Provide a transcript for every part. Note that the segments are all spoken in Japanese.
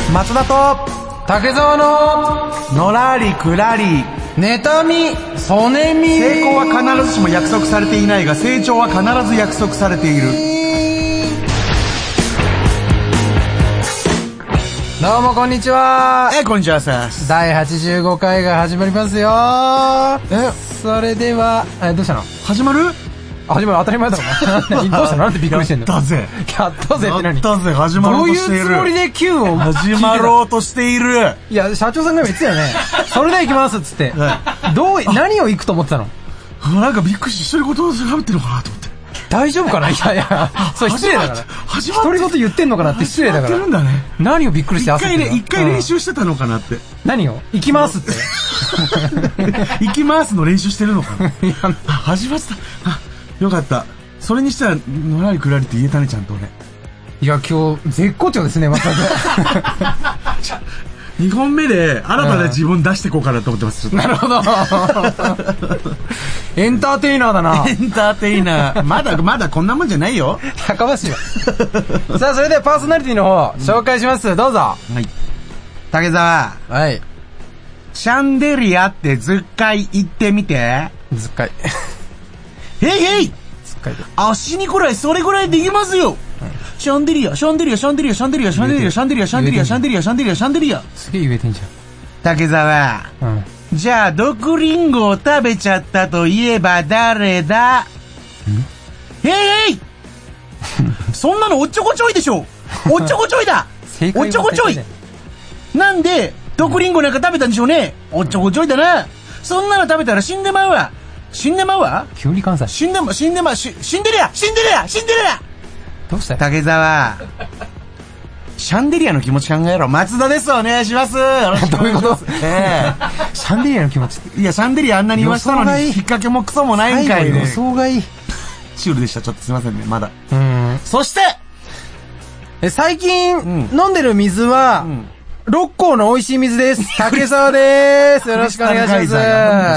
松田と竹澤ののらりくらり。 妬みそねみ。 成功は必ずしも約束されていないが、成長は必ず約束されている。 どうもこんにちは。 こんにちはさ。 第85回が始まりますよ。それではどうしたの？ 始まる当たり前だろ。どうしたの？なんでびっくりしてんの？ やったぜって何？ やったぜ、始まろうとしている。 どういうつもりで Q を始まろうとしている。 いや、社長さんが言ってたよね。それで行きますっつって。何を行くと思ってたの？ なんかびっくりして、独り言を喋ってるのかなと思って。 大丈夫かな？いや、それ失礼だから。独り言言ってんのかなって失礼だから。 始まってるんだね。 何をびっくりして焦ってるの？ 一回練習してたのかなって。 何を？行きますって。 行きますの練習してるのかな。始まってた。よかった。それにしたら、のらりくらりって言えたね、ちゃんと俺。 いや、今日、絶好調ですね、また。 2本目で、新たな自分出していこうかなと思ってます。 なるほど。エンターテイナーだな。 エンターテイナー。まだこんなもんじゃないよ。 高橋は。さあ、それではパーソナリティの方、紹介します。どうぞ。 はい。竹澤。 はい。 シャンデリアって10回言ってみて。 10回。 へいへい！足にくらいそれぐらいできますよ。シャンデリア、シャンデリア、シャンデリア、シャンデリア、シャンデリア、シャンデリア、シャンデリア、シャンデリア、シャンデリア、シャンデリア。 すげえ言えてんじゃん。 竹澤。じゃあ、毒リンゴを食べちゃったといえば誰だ？へいへい！そんなのおっちょこちょいでしょ。おっちょこちょいだ。おっちょこちょい。なんで、毒リンゴなんか食べたんでしょうね。おっちょこちょいだな。そんなの食べたら死んでまうわ。死んでまうわ？ 急に関西。 死んでるやどうした？竹澤。シャンデリアの気持ち考えろ。松田です。お願いします。どういうこと？シャンデリアの気持ちって。 いや、シャンデリアあんなに言わしたのに、引っ掛けもクソもないんかいね。 予想がいい。 シュールでした。ちょっとすいませんね、まだ。そして、 最近、飲んでる水は、六甲の美味しい水です。竹澤です。よろしくお願いします。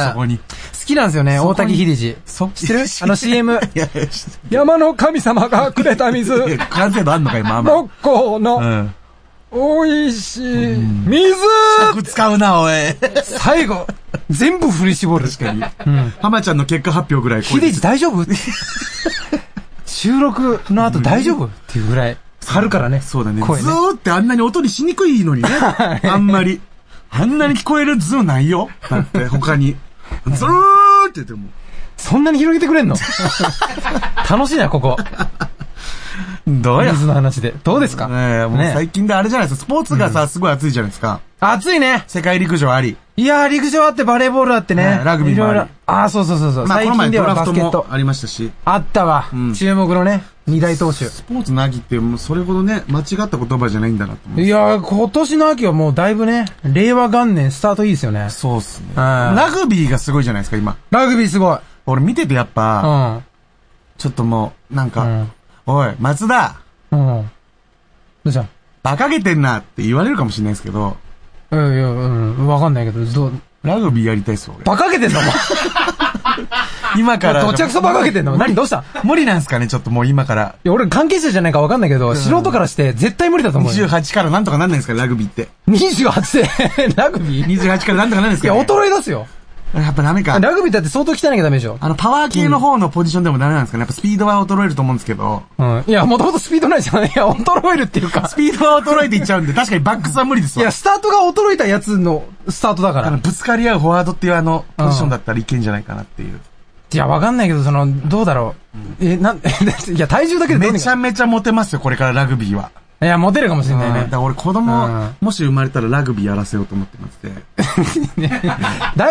そこに。 好きなんですよね、大滝秀治。知ってる？CM。山の神様がくれた水。 完成度あんのかい、 六甲の、美味しい水。 尺使うな、おい。 最後、全部振り絞る。 確かに。浜ちゃんの結果発表ぐらい。 秀治大丈夫？収録の後大丈夫っていうぐらい。張るからね。 そうだね。ズーってあんなに音にしにくいのにね。あんまり。あんなに聞こえるズーないよ。だって他に。ズーって言っても。 そんなに広げてくれんの？楽しいな、ここ。 どうや水の話で。どうですか？ もう最近であれじゃないですか。スポーツがさ、すごい熱いじゃないですか。 熱いね。 世界陸上あり。 いやー、陸上あってバレーボールあってね。 ラグビーもあり。 そう。 最近ではバスケットありましたし。 あったわ。注目のね、二大投手。 スポーツの秋ってもうそれほどね、間違った言葉じゃないんだなと思う。 いやー、今年の秋はもうだいぶね、令和元年スタートいいですよね。 そうっすね。ラグビーがすごいじゃないですか、今。 ラグビーすごい。 俺見ててやっぱ、ちょっともう、なんか、おい、松田。 どうした？ 馬鹿げてんなって言われるかもしれないですけど。 わかんないけど、 ラグビーやりたいっす、俺。 馬鹿げてんの？ 今から。 どっちゃくそ馬鹿げてんの？何どうした？ 無理なんすかね、ちょっともう今から。 いや、俺関係者じゃないかわかんないけど、素人からして絶対無理だと思うよ。 28からなんとかなんないんですか、ラグビーって。 28で、ラグビー ?28 からなんとかなんないんですか？ いや、衰え出すよ。 やっぱダメか。 ラグビーだって相当鍛えなきゃダメでしょ。 パワー系の方のポジションでもダメなんですかね。やっぱスピードは衰えると思うんですけど。 いや、もともとスピードないじゃん。いや、衰えるっていうか。 スピードは衰えていっちゃうんで、確かにバックスは無理ですわ。 いや、スタートが衰えたやつのスタートだから。 ぶつかり合うフォワードっていうポジションだったらいけんじゃないかなっていう。 いや、わかんないけど、どうだろう。いや、体重だけでめちゃめちゃモテますよ、これからラグビーは。 いや、モテるかもしれないね。 だから俺子供、もし生まれたらラグビーやらせようと思ってまして。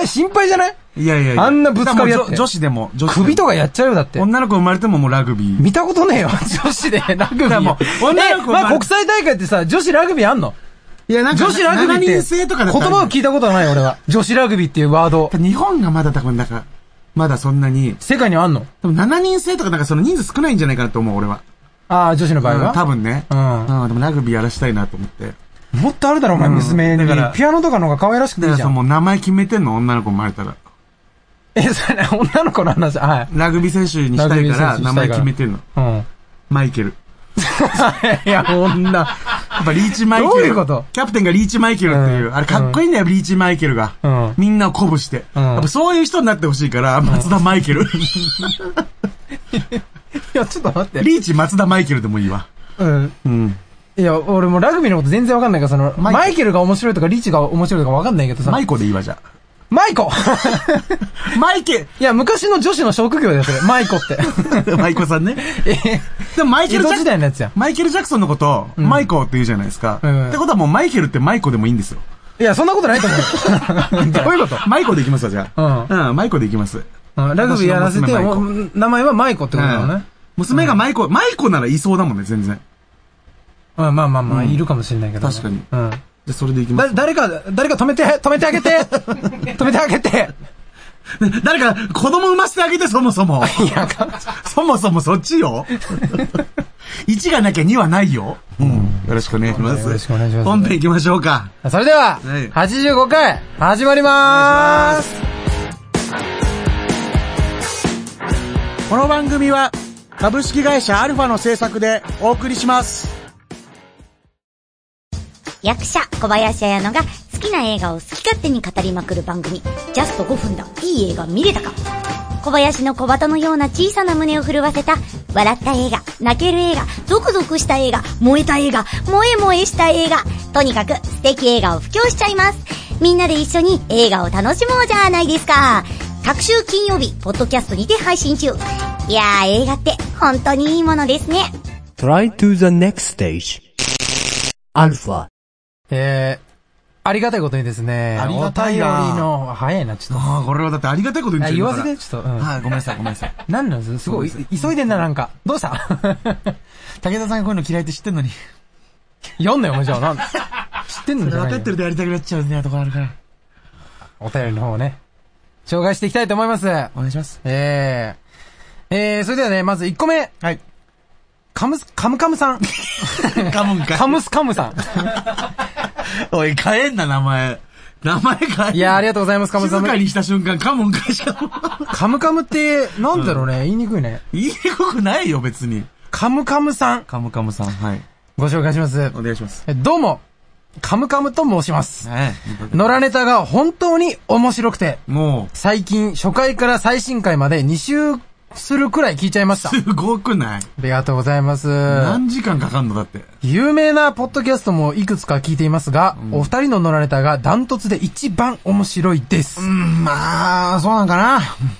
心配じゃない？ いや。 あんなぶつかり合って。 女子でも。 首とかやっちゃうよ、だって。 女の子生まれてももうラグビー。 見たことねえよ、女子でラグビー。女の子国際大会ってさ、女子ラグビーあんの？いや、なんか、女子ラグビーって、言葉を聞いたことはない、俺は。女子ラグビーっていうワード。 日本がまだ多分、まだそんなに。 世界にあんの？ でも7人制とかなんかその人数少ないんじゃないかなと思う、俺は。 女子の場合は多分ね。でもラグビーやらしたいなと思って。 もっとあるだろ、お前、娘に。ピアノとかの方が可愛らしくていいじゃん。 もう名前決めてんの？女の子生まれたら。 それ、女の子の話、はい。 ラグビー選手にしたいから、名前決めてんの。マイケル。 いや、 っぱリーチマイケル。 どういうこと？ キャプテンがリーチマイケルっていう、あれかっこいいんだよ、リーチマイケルが。みんなを鼓舞して。やっぱそういう人になってほしいから、松田マイケル。いや、ちょっと待って。 リーチ松田マイケルでもいいわ。 いや、俺もラグビーのこと全然わかんないから、マイケルが面白いとか、リーチが面白いとかわかんないけどさ。 マイコでいいわ、じゃあ。 マイコマイケいや、昔の女子の職業だよ、それ。マイコって。 マイコさんね。でもマイケル・ジャクソン。 時代のやつや。 マイケル・ジャクソンのこと、マイコって言うじゃないですか。ってことはもうマイケルってマイコでもいいんですよ。 いや、そんなことないと思う。どういうこと？ マイコでいきますわ、じゃあ。マイコでいきます。 ラグビーやらせて、名前はマイコってことだよね。 娘がマイコならいそうだもんね、全然。 まあ、いるかもしれないけど。 確かに。で、それでいきます。 誰か止めてあげて止めてあげて誰か子供産ませてあげて、そもそも。 いや、 そもそもそっちよ。1がなきゃ2はないよ。よろしくお願いします。 よろしくお願いします。 本編行きましょうか。 それでは、85回、始まりまーす。 この番組は、株式会社アルファの制作でお送りします。 役者小林彩乃が好きな映画を好き勝手に語りまくる番組、ジャスト5分だ、いい映画見れたか。小林の小鳩のような小さな胸を震わせた、笑った映画、泣ける映画、ゾクゾクした映画、燃えた映画、萌え萌えした映画、とにかく素敵映画を布教しちゃいます。みんなで一緒に映画を楽しもうじゃないですか。各週金曜日ポッドキャストにて配信中。いやー、映画って本当にいいものですね。 Try to the next stage アルファ。 ありがたいことにですね、 ありがたいな。 お便りの、早いな、ちょっと。 これはだってありがたいことに言わせて、ちょっと。 はい、ごめんなさい。 なんなんです？すごい、急いでんな、なんか。どうした武田さんがこういうの嫌いって知ってんのに。 読んだよ、もうじゃあ。知ってんのじゃないよ。 分かってるとやりたくなっちゃうね、とこあるから。 お便りの方をね、紹介していきたいと思います。お願いします。 それではね、まず1個目。 はい。 カムカムさん。 カムンか。 カムスカムさん。 おい、変えんな、名前変えん。 いや、ありがとうございます、カムカム。 静かにした瞬間、カムンかしかも。 カムカムって、なんだろうね、言いにくいね。 言いにくくないよ、別に。 カムカムさん。 カムカムさん、はい。 ご紹介します。 お願いします。 どうも、カムカムと申します。野良ネタが本当に面白くて、もう、最近、初回から最新回まで2週するくらい聞いちゃいました。 すごくない？ ありがとうございます。 何時間かかんのだって。 有名なポッドキャストもいくつか聞いていますが、お二人の野良ネタがダントツで一番面白いです。 まあ、そうなんかな。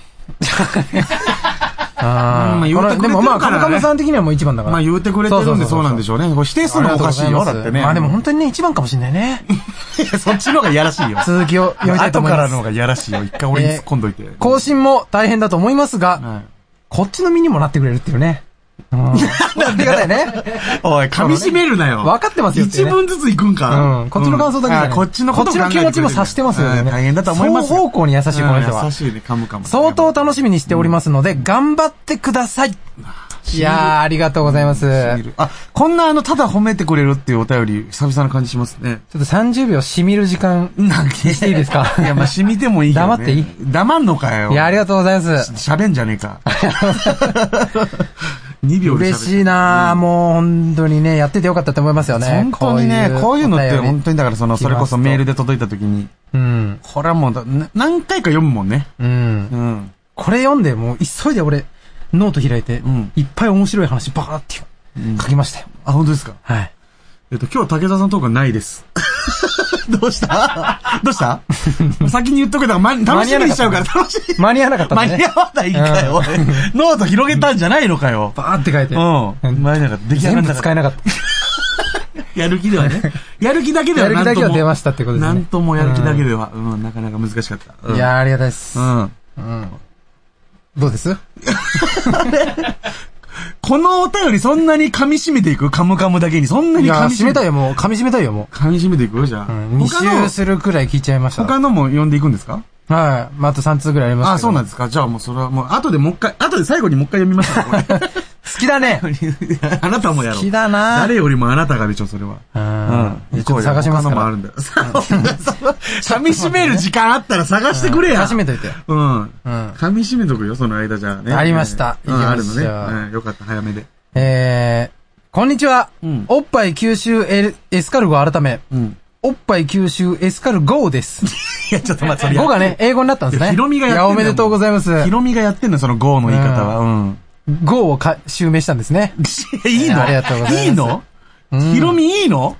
でもまあ、カムカムさん的にはもう一番だから。 まあ言うてくれてるんでそうなんでしょうね。否定するのおかしいよ、だってね。 まあでも本当にね、一番かもしれないね。 そっちの方がいやらしいよ。 続きを読みたいと思います。 後からの方がいやらしいよ。一回俺に突っ込んどいて。 更新も大変だと思いますが、こっちの身にもなってくれるっていうね。ありがたいね。 おい、噛み締めるなよ。 分かってますよ。 一文ずついくんか。 こっちの感想だけじゃない。 こっちの気持ちも察してますよね。 大変だと思います。 双方向に優しいこの人は。 優しいね、噛むかも。 相当楽しみにしておりますので、頑張ってください。いやー、ありがとうございます。 こんなただ褒めてくれるっていうお便り、久々な感じしますね。 ちょっと30秒染みる時間、していいですか？ いや、まあ、染みてもいいけどね。 黙っていい？ 黙んのかよ。 いや、ありがとうございます。 喋んじゃねえか。2秒で嬉しいなぁ、もう本当にね、やっててよかったと思いますよね。 本当にね、こういうのって本当にだからそれこそメールで届いた時に。これはもう、何回か読むもんね。これ読んで、もう急いで俺、ノート開いて、いっぱい面白い話バーって書きましたよ。 あ、本当ですか？はい。今日竹澤さんのトークはないです。どうした先に言っとくけど、楽しみにしちゃうから楽しみ。 間に合わなかったね。 間に合わないかよ。ノート広げたんじゃないのかよ。 バーって書いて。 間に合わなかった。出来上がんなかった。 全部使えなかった。 やる気ではね。やる気だけではやる気だけは出ましたってことですね。 なんともやる気だけでは、なかなか難しかった。 いやー、ありがたいです。どうですこのお便りそんなに噛み締めていく？カムカムだけにそんなに噛み締めたいよ、もう。噛み締めたいよ、もう。 噛み締めていく？じゃあ。 2周するくらい聞いちゃいました。 他のも読んでいくんですか？ はい。まあ、あと3通くらいありますけど。 あ、そうなんですか。じゃあもうそれはもう、後で最後にもう一回読みますか、これ。 好きだね。 あなたもやろう。 好きだな。 誰よりもあなたがでしょ、それは。 ちょっと探しますから。 他のもあるんだよ。噛み締める時間あったら探してくれや。 噛み締めといて。 噛み締めとくよ、その間じゃあね。 ありました。 あるのね。よかった、早めで。 こんにちは。おっぱい吸収エスカルゴ改め。おっぱい吸収エスカルゴです。 いや、ちょっと待って、それ。 ゴがね、英語になったんですね。 ヒロミがやってんの。 いや、おめでとうございます。 ヒロミがやってんの、そのゴの言い方は。 ゴを襲名したんですね。 いいの？ ありがとうございます。 いいの？ヒロミいいの？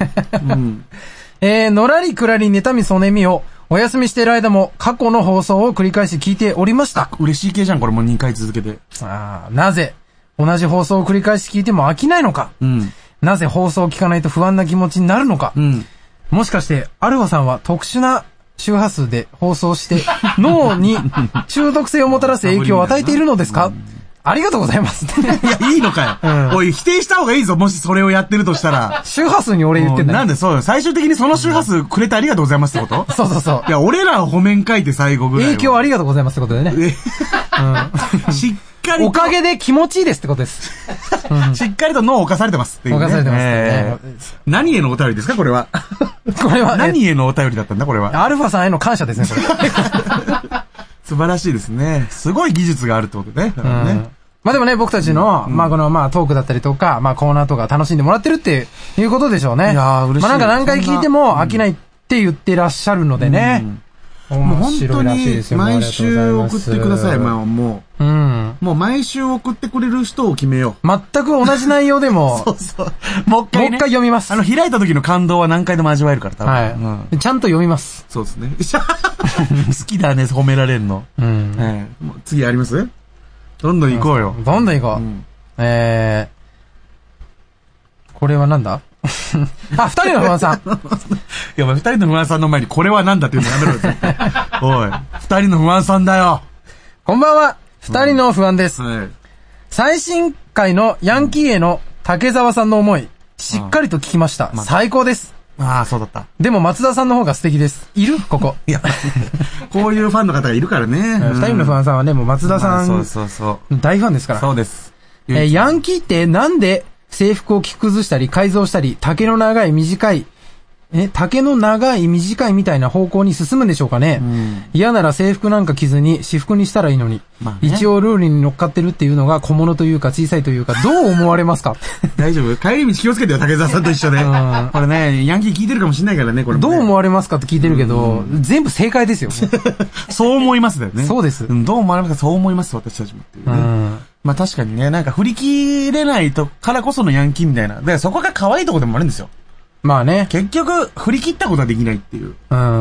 のらりくらり妬みそねみをお休みしている間も過去の放送を繰り返し聞いておりました。 嬉しい系じゃん、これもう2回続けて。 なぜ同じ放送を繰り返し聞いても飽きないのか。なぜ放送を聞かないと不安な気持ちになるのか。もしかしてアルファさんは特殊な周波数で放送して脳に中毒性をもたらす影響を与えているのですか？ありがとうございます。 いや、いいのかよ。おい、否定した方がいいぞ、もしそれをやってるとしたら。 周波数に俺言ってんだよ。 なんでそうよ。最終的にその周波数くれてありがとうございますってこと？ そうそうそう。 いや、俺らを褒めん書いて最後ぐらい。 影響ありがとうございますってことでね。 しっかりと。 おかげで気持ちいいですってことです。 しっかりと脳を侵されてますっていうね。 侵されてます。 何へのお便りですか、これは。 これは何へのお便りだったんだ、これは。 アルファさんへの感謝ですね、これ。 素晴らしいですね。すごい技術があるってことね。 まあでもね、僕たちの、まあこの、まあトークだったりとか、まあコーナーとか楽しんでもらってるっていうことでしょうね。 いやー、嬉しい。 まあなんか何回聞いても飽きないって言ってらっしゃるのでね。 もう本当に毎週送ってください。まあもう。もう毎週送ってくれる人を決めよう。全く同じ内容でも。 そうそう。もう一回読みます。 開いた時の感動は何回でも味わえるから多分。 はい。ちゃんと読みます。 そうですね。好きだね、褒められるの。次あります？どんどん行こうよ。 どんどん行こう。これはなんだ？二人の不安さん。いや、お前二人の不安さんの前にこれはなんだっていうのやめろよ。おい、二人の不安さんだよ。 こんばんは。二人の不安です。最新回のヤンキーへの竹澤さんの思い、しっかりと聞きました。最高です。 ああ、そうだった。 でも松田さんの方が素敵です。いる？ここ。 いや、こういうファンの方がいるからね。 二人の不安さんはね、もう松田さん、大ファンですから。 そうです。 ヤンキーってなんで制服を着崩したり改造したり、丈の長い短いみたいな方向に進むんでしょうかね。嫌なら制服なんか着ずに私服にしたらいいのに。一応ルールに乗っかってるっていうのが小物というか小さいというか、どう思われますか？ 大丈夫？帰り道気をつけてよ、竹澤さんと一緒で。これね、ヤンキー聞いてるかもしれないからね、これ。 どう思われますかって聞いてるけど、全部正解ですよ。 そう思いますだよね。 そうです。 どう思われますか？そう思います、私たちもっていうね。まあ確かにね、なんか振り切れないとからこそのヤンキーみたいな。で、そこが可愛いとこでもあるんですよ。 まあね。 結局、振り切ったことはできないっていう。だから、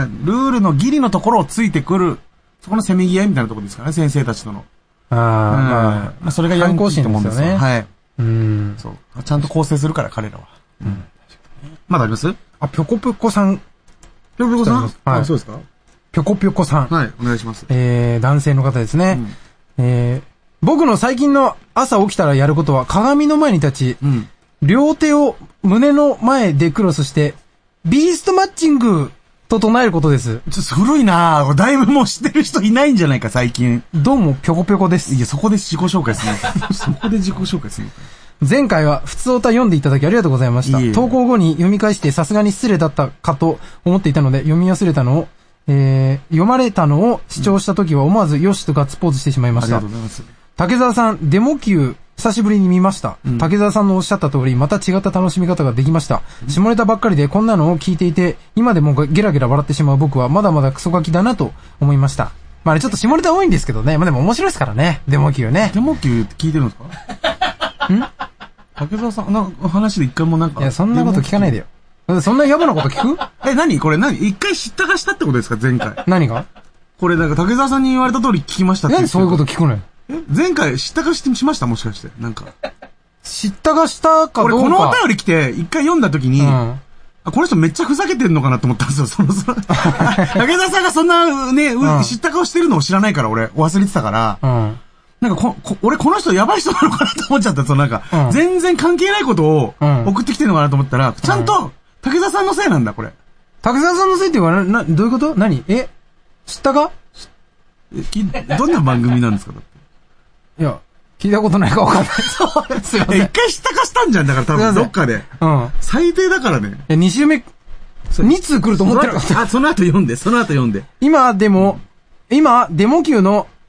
ルールのギリのところをついてくる、そこのせめぎ合いみたいなところですからね、先生たちとの。まあ、それがヤンキーと思うんですよね。はい。そう。ちゃんと構成するから、彼らは。まだあります？ ぴょこぴょこさん。 ぴょこぴょこさん？はい。そうですか？ ぴょこぴょこさん。 はい、お願いします。 男性の方ですね。僕の最近の朝起きたらやることは、鏡の前に立ち、両手を胸の前でクロスして、ビーストマッチングと唱えることです。 ちょっと古いなぁ。だいぶもう知ってる人いないんじゃないか、最近。 どうも、ぴょこぴょこです。 いや、そこで自己紹介するの。そこで自己紹介するの。 前回は、普通歌読んでいただきありがとうございました。投稿後に読み返してさすがに失礼だったかと思っていたので、読み忘れたのを、読まれたのを視聴した時は思わずよしとガッツポーズしてしまいました。 ありがとうございます。 竹澤さん、デモ級、久しぶりに見ました。竹澤さんのおっしゃった通り、また違った楽しみ方ができました。下ネタばっかりでこんなのを聞いていて、今でもゲラゲラ笑ってしまう僕はまだまだクソガキだなと思いました。まあね、ちょっと下ネタ多いんですけどね。まあでも面白いですからね。デモ級ね。 デモ級って聞いてるんですか？竹澤さん、なんか話で一回もなんか。 いや、そんなこと聞かないでよ。そんな野暮なこと聞く？ これ一回知ったかしたってことですか？前回。 何が？ これなんか竹澤さんに言われた通り聞きましたって。 なんでそういうこと聞くのよ。 前回知ったかしました？もしかして。なんか。 知ったかしたかどうか。 俺このお便り来て、一回読んだ時に、この人めっちゃふざけてんのかなと思ったんですよ。竹澤さんがそんなね、知った顔してるのを知らないから俺、忘れてたから、なんか俺この人やばい人なのかなと思っちゃった。なんか、全然関係ないことを送ってきてるのかなと思ったら、ちゃんと竹澤さんのせいなんだ、これ。 竹澤さんのせいっていうか、どういうこと？何？知ったか？ どんな番組なんですか？だって。 いや、聞いたことないか分かんない。そうですよね。 一回知ったかしたんじゃん。だから多分どっかで。最低だからね。 2週目、2通来ると思ってなかった。 その後読んで。 今、デモ級の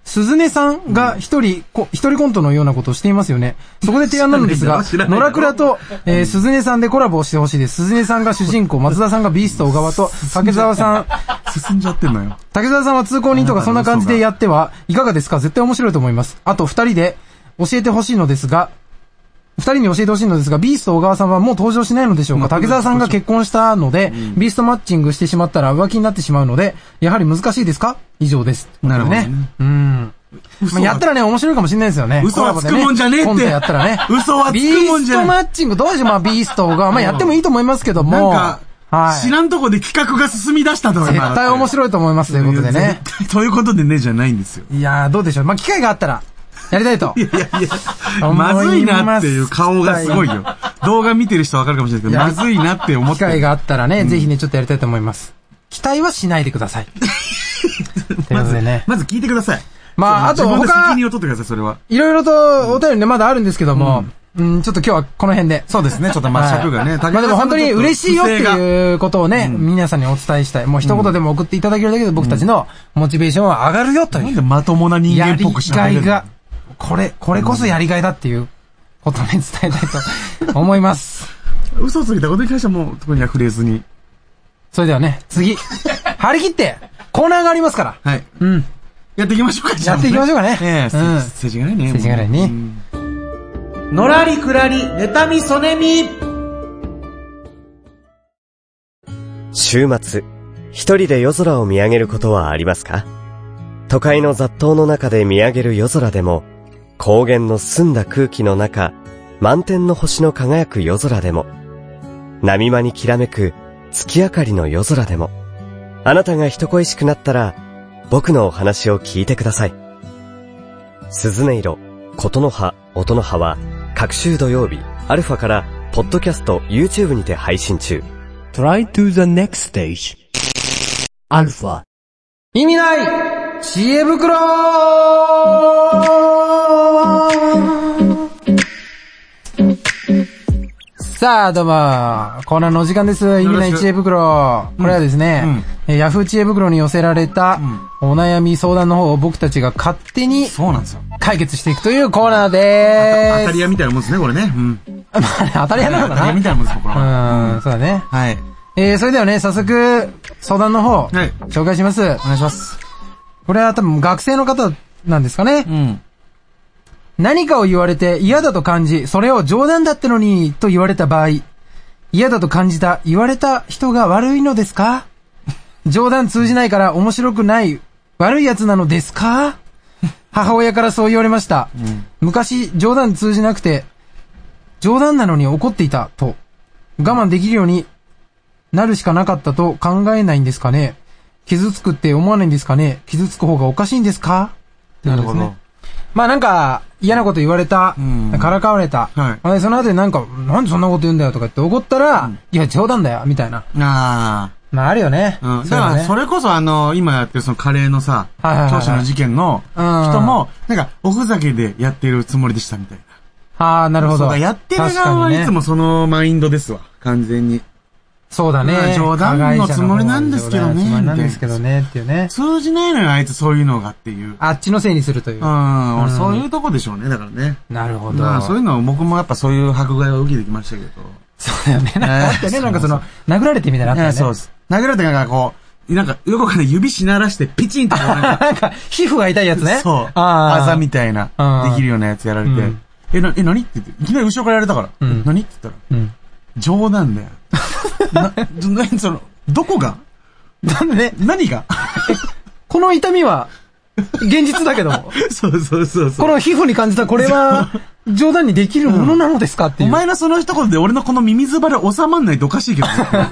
鈴音さんが一人コントのようなことをしていますよね。そこで提案なのですが、野良倉と、鈴音さんでコラボをしてほしいです。鈴音さんが主人公、松田さんがビースト小川と、竹澤さん、 進んじゃってんのよ。 竹澤さんは通行人とかそんな感じでやってはいかがですか？絶対面白いと思います。あと二人で教えてほしいのですが、ビースト小川さんはもう登場しないのでしょうか？竹澤さんが結婚したので、ビーストマッチングしてしまったら浮気になってしまうので、やはり難しいですか？以上です。 なるほどね。 まあ、やったらね、面白いかもしれないですよね。 嘘はつくもんじゃねえって。 今度やったらね。 嘘はつくもんじゃねえ。 ビーストマッチング、どうでしょう？まあ、ビーストが、まあ、やってもいいと思いますけども。 なんか、知らんとこで企画が進み出したとか絶対面白いと思いますということでね。 ということでね、じゃないんですよ。 いやー、どうでしょう。まあ、機会があったら、やりたいと。 いや、まずいなっていう顔がすごいよ。動画見てる人わかるかもしれないけど、まずいなって思って。 機会があったらね、ぜひね、ちょっとやりたいと思います。期待はしないでください。ということでね。 まず聞いてください。 まあ、あと他、 責任を取ってください、それは。 いろいろとお便りね、まだあるんですけども、ちょっと今日はこの辺で。 そうですね、ちょっとまあ尺がね。 まあでも本当に嬉しいよっていうことをね、皆さんにお伝えしたい。もう一言でも送っていただけるだけで僕たちのモチベーションは上がるよという。 なんでまともな人間っぽくしないやりがいが、これこそやりがいだっていうことをね、伝えたいと思います。 嘘をついたことに関してはもう特には触れずに。 それではね、次。張り切って、コーナーがありますから。 はい。やっていきましょうか、 やっていきましょうかね。 世知辛いね。 世知辛いね。 のらりくらり、妬みそねみ。 週末、一人で夜空を見上げることはありますか？都会の雑踏の中で見上げる夜空でも、高原の澄んだ空気の中、満天の星の輝く夜空でも、波間にきらめく月明かりの夜空でも、あなたが人恋しくなったら、僕のお話を聞いてください。鈴音色、琴の葉、音の葉は、各週土曜日、アルファから、ポッドキャスト、YouTube にて配信中。 Try to the next stage. アルファ。 意味ない知恵袋さあ、どうも、コーナーのお時間です。意味ない知恵袋。これはですね、ヤフー知恵袋に寄せられたお悩み相談の方を僕たちが勝手に解決していくというコーナーでーす。 当たり屋みたいなもんですね、これね。 当たり屋なのかな？ 当たり屋みたいなもんです、これは。 そうだね。 はい。 それではね、早速、相談の方、紹介します。お願いします。 これは多分学生の方なんですかね。何かを言われて嫌だと感じ、それを冗談だったのにと言われた場合、嫌だと感じた、言われた人が悪いのですか？冗談通じないから面白くない悪いやつなのですか？母親からそう言われました。昔冗談通じなくて、冗談なのに怒っていたと、我慢できるようになるしかなかったと考えないんですかね？傷つくって思わないんですかね？傷つく方がおかしいんですか？ なるほど。 まあなんか嫌なこと言われた、からかわれた、その後でなんでそんなこと言うんだよとか言って怒ったら、いや冗談だよみたいな。まああるよね。 だからそれこそ今やってるそのカレーのさ、教師の事件の人も、なんかおふざけでやってるつもりでしたみたいな。なるほど。 やってる側はいつもそのマインドですわ、完全に。 そうだね。 冗談のつもりなんですけどね。 つもりなんですけどねっていうね。 通じないのよ、あいつそういうのがっていう。 あっちのせいにするという。 俺そういうとこでしょうね、だからね。 なるほど。 そういうのは僕もやっぱそういう迫害を受けてきましたけど。 そうだよね。なんかね、なんか殴られてみたいなあったよね。 そうです。殴られてなんかこう、なんかよくわかんない指しならしてピチンとこうなんか、皮膚が痛いやつね。 そう。あざみたいな、できるようなやつやられて。何って言って、いきなり後ろからやられたから。何って言ったら。冗談だよ。どこがなんでね。 何がこの痛みは、現実だけども。 そう。 この皮膚に感じたこれは、冗談にできるものなのですかっていう。 お前のその一言で俺のこの耳ズバで収まんないとおかしいけど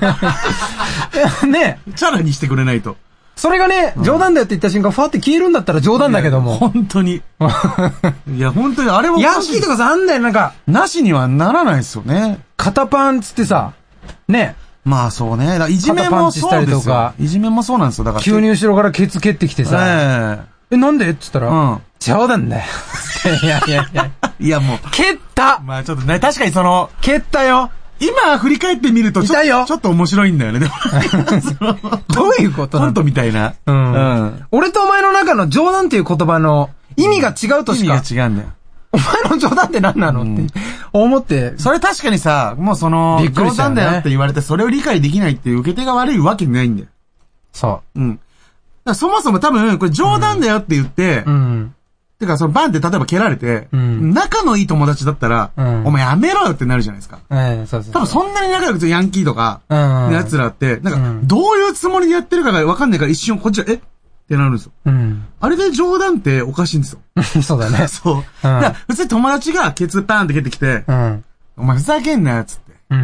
ね。 チャラにしてくれないと。 それがね、冗談だよって言った瞬間、ファーって消えるんだったら冗談だけども。 本当に。いや、本当に、あれはヤンキーとかさ、あんだよ、なんか。 なしにはならないですよね。 肩パンつってさ、ね。 まあそうね。いじめもそうですよ。いじめもそうなんですよ。だから。 急に後ろからケツ蹴ってきてさ。なんでって言ったら、冗談だよ。いや。 いやもう。 蹴ったまあちょっとね、確かに蹴ったよ。 今振り返ってみるとちょっと面白いんだよね、でも。 どういうことコントみたいな。 俺とお前の中の冗談っていう言葉の意味が違うとしか。 意味が違うんだよ。 お前の冗談って何なのって思って。 それ確かにさ、もう冗談だよって言われてそれを理解できないっていう受け手が悪いわけないんだよ。 そう。 だからそもそも多分、これ冗談だよって言って、てかバンって例えば蹴られて、仲のいい友達だったら、お前やめろよってなるじゃないですか。多分そんなに仲良くヤンキーとか、の奴らって、なんか、どういうつもりでやってるかがわかんないから一瞬こっちは、ってなるんですよ。あれで冗談っておかしいんですよ。 そうだね。 そう。だから普通友達がケツパーンって蹴ってきて、お前ふざけんなよ、つって。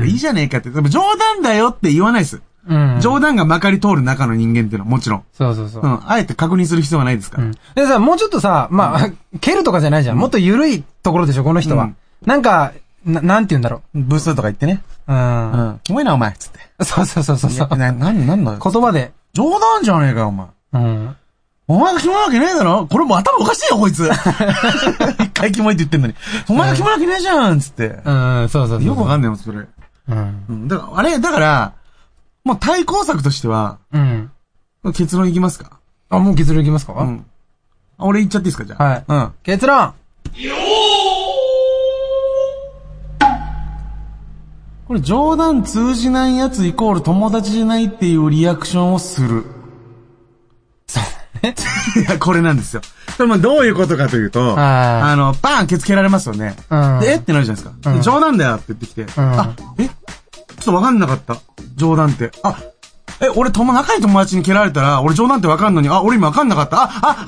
いいじゃねえかって。でも冗談だよって言わないです。冗談がまかり通る中の人間っていうのはもちろん。あえて確認する必要はないですから。 でさ、もうちょっとさ、まあ、蹴るとかじゃないじゃん。もっと緩いところでしょ、この人は。なんか、なんて言うんだろう。 ブスとか言ってね。キモいな、お前、つって。 そう。 なんだ言葉で。 冗談じゃねえか、お前。お前がキモいわけねえだろこれもう頭おかしいよ、こいつ。一回キモいって言ってんのに。お前がキモいわけねえじゃん、つって。 そう。 よくわかんないよ、それ。だから、もう対抗策としては、結論いきますか？ もう結論いきますか？ 俺言っちゃっていいですか、じゃあ。 はい。結論！ これ冗談通じないやつイコール友達じゃないっていうリアクションをする。 そうね。 いや、これなんですよ。これもどういうことかというと、バーンケツ蹴られますよね。で、ってなるじゃないですか。冗談だよって言ってきて、ちょっとわかんなかった。冗談って。俺仲いい友達に蹴られたら、俺冗談ってわかんのに、俺今わかんなかった。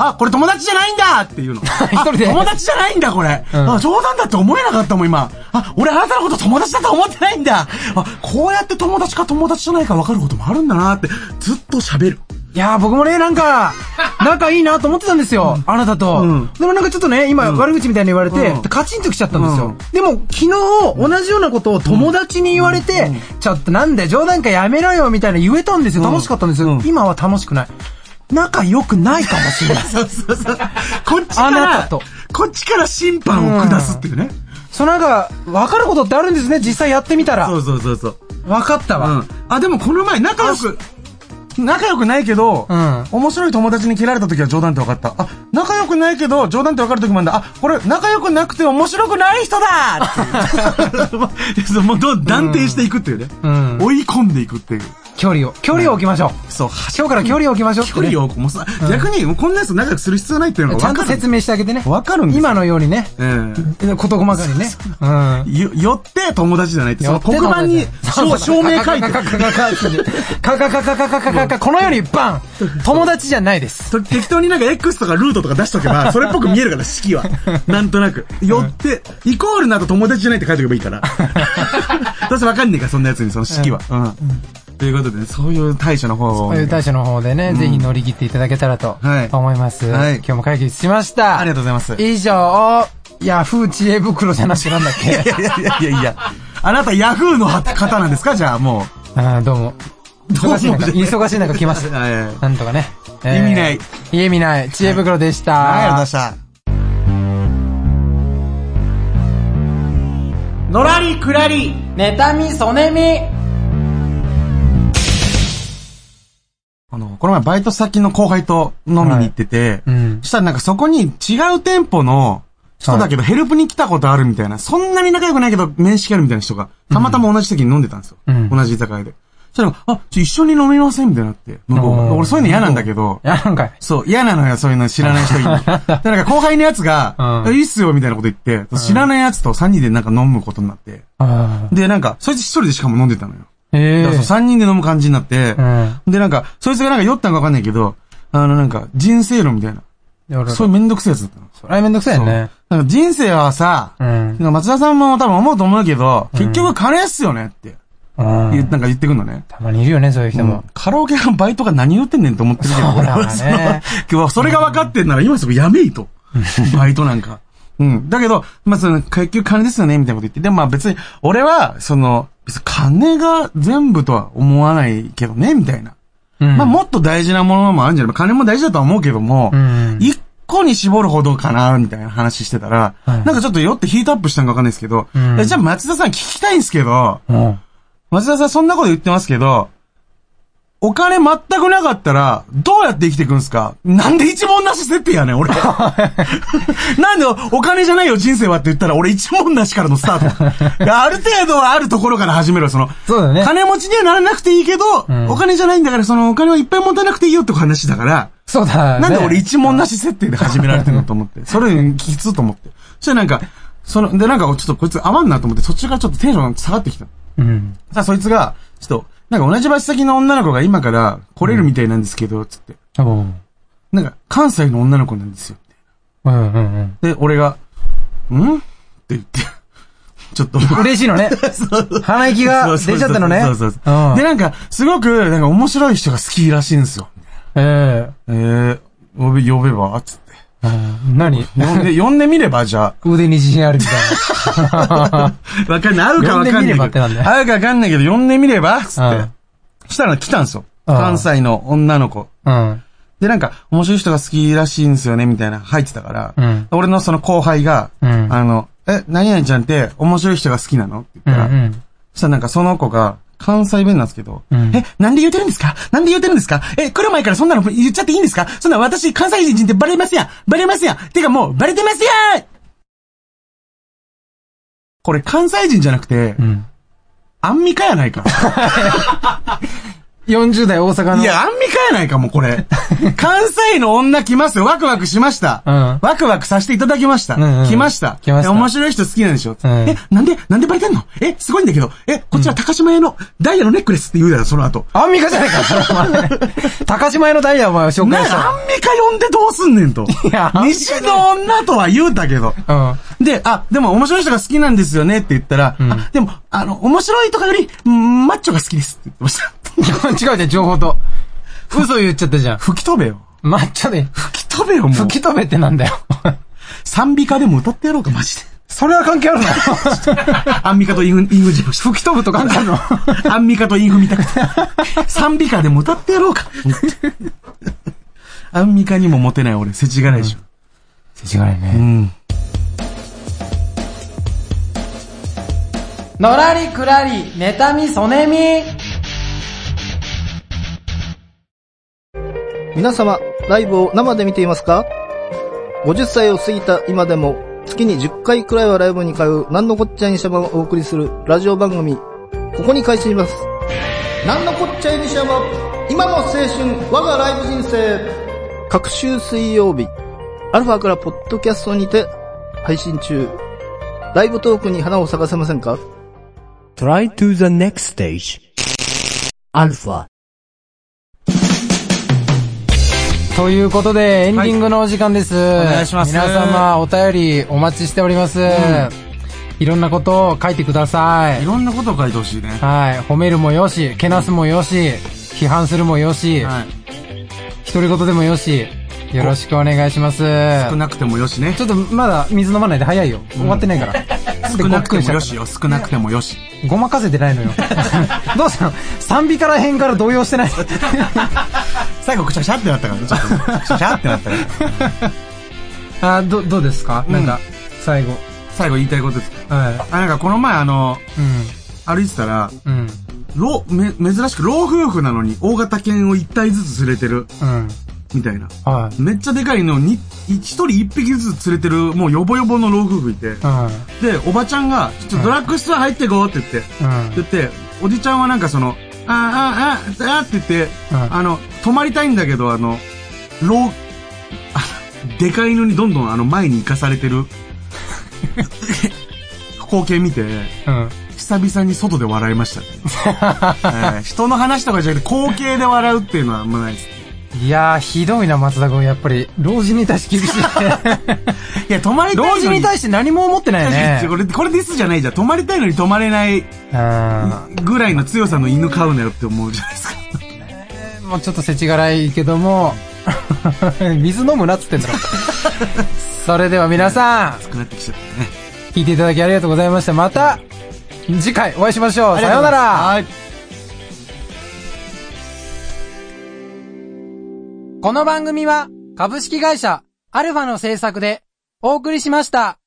これ友達じゃないんだっていうの。 一人で。 友達じゃないんだ、これ。冗談だって思えなかったもん、今。俺あなたのこと友達だと思ってないんだ。こうやって友達か友達じゃないかわかることもあるんだなって、ずっと喋る。 いやー、僕もね、なんか、仲いいなと思ってたんですよ。あなたと。でもなんかちょっとね、今、悪口みたいに言われて、カチンときちゃったんですよ。でも、昨日、同じようなことを友達に言われて、ちょっとなんで冗談かやめろよ、みたいな言えたんですよ。楽しかったんですよ。今は楽しくない。仲良くないかもしれない。 そう。あなたと。こっちから審判を下すっていうね。 なんか、わかることってあるんですね、実際やってみたら。 そう。 わかったわ。 でもこの前、仲良くないけど、面白い友達に蹴られた時は冗談って分かった。仲良くないけど、冗談って分かる時もあるんだ。これ、仲良くなくて面白くない人だってもう断定していくっていうね。追い込んでいくっていう。 距離を置きましょう。 そう。 今日から距離を置きましょう。 距離を置く。もうさ、逆に、こんなやつ仲良くする必要ないっていうのがちゃんと説明してあげてね。 わかるんです今のようにね。事細かにね。 よって友達じゃないって。黒板に証明書いて。 このようにバン友達じゃないです。 適当になんか X とかルートとか出しとけば、それっぽく見えるから、式は。なんとなく。よって、イコールなど友達じゃないって書いておけばいいから。どうせわかんねえか、そんなやつにその式は。ということでね、そういう対処の方を。 そういう対処の方でね、ぜひ乗り切っていただけたらと思います。今日も解決しました。 ありがとうございます。 以上、ヤフー知恵袋じゃなくてなんだっけ。 いや。あなたヤフーの方なんですかじゃあもう。どうも。忙しい中来ました。なんとかね。意味ない。知恵袋でした。 ありがとうございました。のらりくらり。 妬み、そねみ。 この前バイト先の後輩と飲みに行ってて、そしたらなんかそこに違う店舗の人だけどヘルプに来たことあるみたいな、そんなに仲良くないけど面識あるみたいな人が、たまたま同じ席に飲んでたんですよ。同じ居酒屋で。そしたら、一緒に飲みませんみたいになって、俺そういうの嫌なんだけど、そう、嫌なのよ、そういうの知らない人いる。で、なんか後輩のやつが、いいっすよみたいなこと言って、知らないやつと3人でなんか飲むことになって、で、なんか、そいつ一人でしかも飲んでたのよ。だから3人で飲む感じになって、で、なんか、そいつがなんか酔ったのかわかんないけど、なんか、人生論みたいな。そういうめんどくせえやつだったの。 それはめんどくさいよね。 なんか人生はさ、松田さんも多分思うと思うけど、結局金っすよねって。なんか言ってくんのね。 たまにいるよね、そういう人も。 カラオケのバイトが何言ってんねんと思ってるけど、俺は今日それが分かってんなら今すぐやめいと。バイトなんか。だけど、結局金ですよね、みたいなこと言って。でも別に、俺は、別に金が全部とは思わないけどね、みたいな。もっと大事なものもあるんじゃない？金も大事だとは思うけども、一個に絞るほどかな、みたいな話してたら、なんかちょっと酔ってヒートアップしたんかわかんないですけど、じゃあ松田さん聞きたいんですけど、松田さんそんなこと言ってますけど、お金全くなかったら、どうやって生きていくんですか？なんで一文なし設定やねん、俺。なんでお金じゃないよ、人生はって言ったら、俺一文なしからのスタート。ある程度はあるところから始めろ、そうだね。 金持ちにはならなくていいけど、お金じゃないんだから、そのお金をいっぱい持たなくていいよって話だから、 そうだね。 なんで俺一文なし設定で始められてるのと思って。それ聞きつと思って。そしたらなんか、でなんかちょっとこいつ余んなと思って、途中からちょっとテンション下がってきた。さあそいつが、ちょっと、なんか同じバイト先の女の子が今から来れるみたいなんですけど、つって。なんか、関西の女の子なんですよ。で、俺が、んって言って、ちょっと。 嬉しいのね。鼻息が出ちゃったのね。 そう。で、なんか、すごく、なんか面白い人が好きらしいんですよ。呼べばつって。 何呼んでみれば、じゃあ。 腕に自信あるみたいな。 わかんない。あるかわかんないけど。あるかわかんないけど、呼んでみればつって。したら来たんですよ。関西の女の子。で、なんか、面白い人が好きらしいんですよね、みたいな、入ってたから、俺のその後輩が、何々ちゃんって面白い人が好きなのって言ったら、そしたらなんかその子が、関西弁なんですけど、なんで言うてるんですか？なんで言うてるんですか？来る前からそんなの言っちゃっていいんですか？そんな私関西人ってバレますやんてかもうバレてますやんこれ関西人じゃなくて、アンミカやないか。 40代大阪の。 いや、アンミカやないかもうこれ。関西の女来ますよ。ワクワクしました。ワクワクさせていただきました。来ました。面白い人好きなんでしょ。なんでバレてんの？すごいんだけど。こっちは高島屋のダイヤのネックレスって言うだろ、その後。 アンミカじゃないか、高島屋のダイヤお前紹介した。 アンミカ呼んでどうすんねんと。西の女とは言うたけど。で、でも面白い人が好きなんですよねって言ったら、でも、面白いとかより、マッチョが好きですって言ってました。 違うじゃん、情報と。嘘言っちゃったじゃん。 吹き飛べよ。 マッチョで。 吹き飛べよ、もう。 吹き飛べってなんだよ。 賛美歌でも歌ってやろうか、マジで。 それは関係あるの？ アンミカとインフジェ吹き飛ぶと関係あるの？ アンミカとインフ見たくて。賛美歌でも歌ってやろうか。アンミカにもモテない俺、世知辛いでしょ。 世知辛いね。のらりくらり、妬みそねみ。 皆様、ライブを生で見ていますか？ 50 歳を過ぎた今でも、月に10回くらいはライブに通う、なんのこっちゃいにしゃばをお送りするラジオ番組、ここに開始します。なんのこっちゃいにしゃば、今の青春、我がライブ人生。各週水曜日、アルファからポッドキャストにて配信中。ライブトークに花を咲かせませんか？ Try to the next stage. アルファ。 ということで、エンディングのお時間です。お願いします。 皆様、お便りお待ちしております。いろんなことを書いてください。 いろんなことを書いてほしいね。 はい。褒めるもよし、けなすもよし、批判するもよし、独り言でもよし、よろしくお願いします。 少なくてもよしね。 ちょっとまだ水飲まないで早いよ。終わってないから。 少なくてもよしよ、少なくてもよし。 ごまかせてないのよ。どうしたの？賛美から変から動揺してない。 最後くしゃくしゃってなったからね、ちょっと。くしゃくしゃってなったから。 どうですか？なんか、最後言いたいことですか？なんかこの前歩いてたら、珍しく老夫婦なのに大型犬を1体ずつ連れてる。みたいな。めっちゃでかいのに、一人一匹ずつ連れてる、もうヨボヨボの老夫婦いて。で、おばちゃんが、ちょっとドラッグストア入ってこうって言って、おじちゃんはなんかその、って言って、泊まりたいんだけど、でかい犬にどんどん前に行かされてる光景見て、久々に外で笑いましたね。人の話とかじゃなくて光景で笑うっていうのはあんまないです。 いやー、ひどいな、松田君。やっぱり、老人に対して厳しい。 いや、泊まりたいのに。 老人に対して何も思ってないよね。 これディスじゃないじゃん。泊まりたいのに泊まれないぐらいの強さの犬飼うなよって思うじゃないですか。 もうちょっと世知辛いけども、水飲むなっつってんだろ。それでは皆さん、 熱くなってきちゃったね。 聞いていただきありがとうございました。また、次回お会いしましょう。さようなら。この番組は株式会社アルファの制作でお送りしました。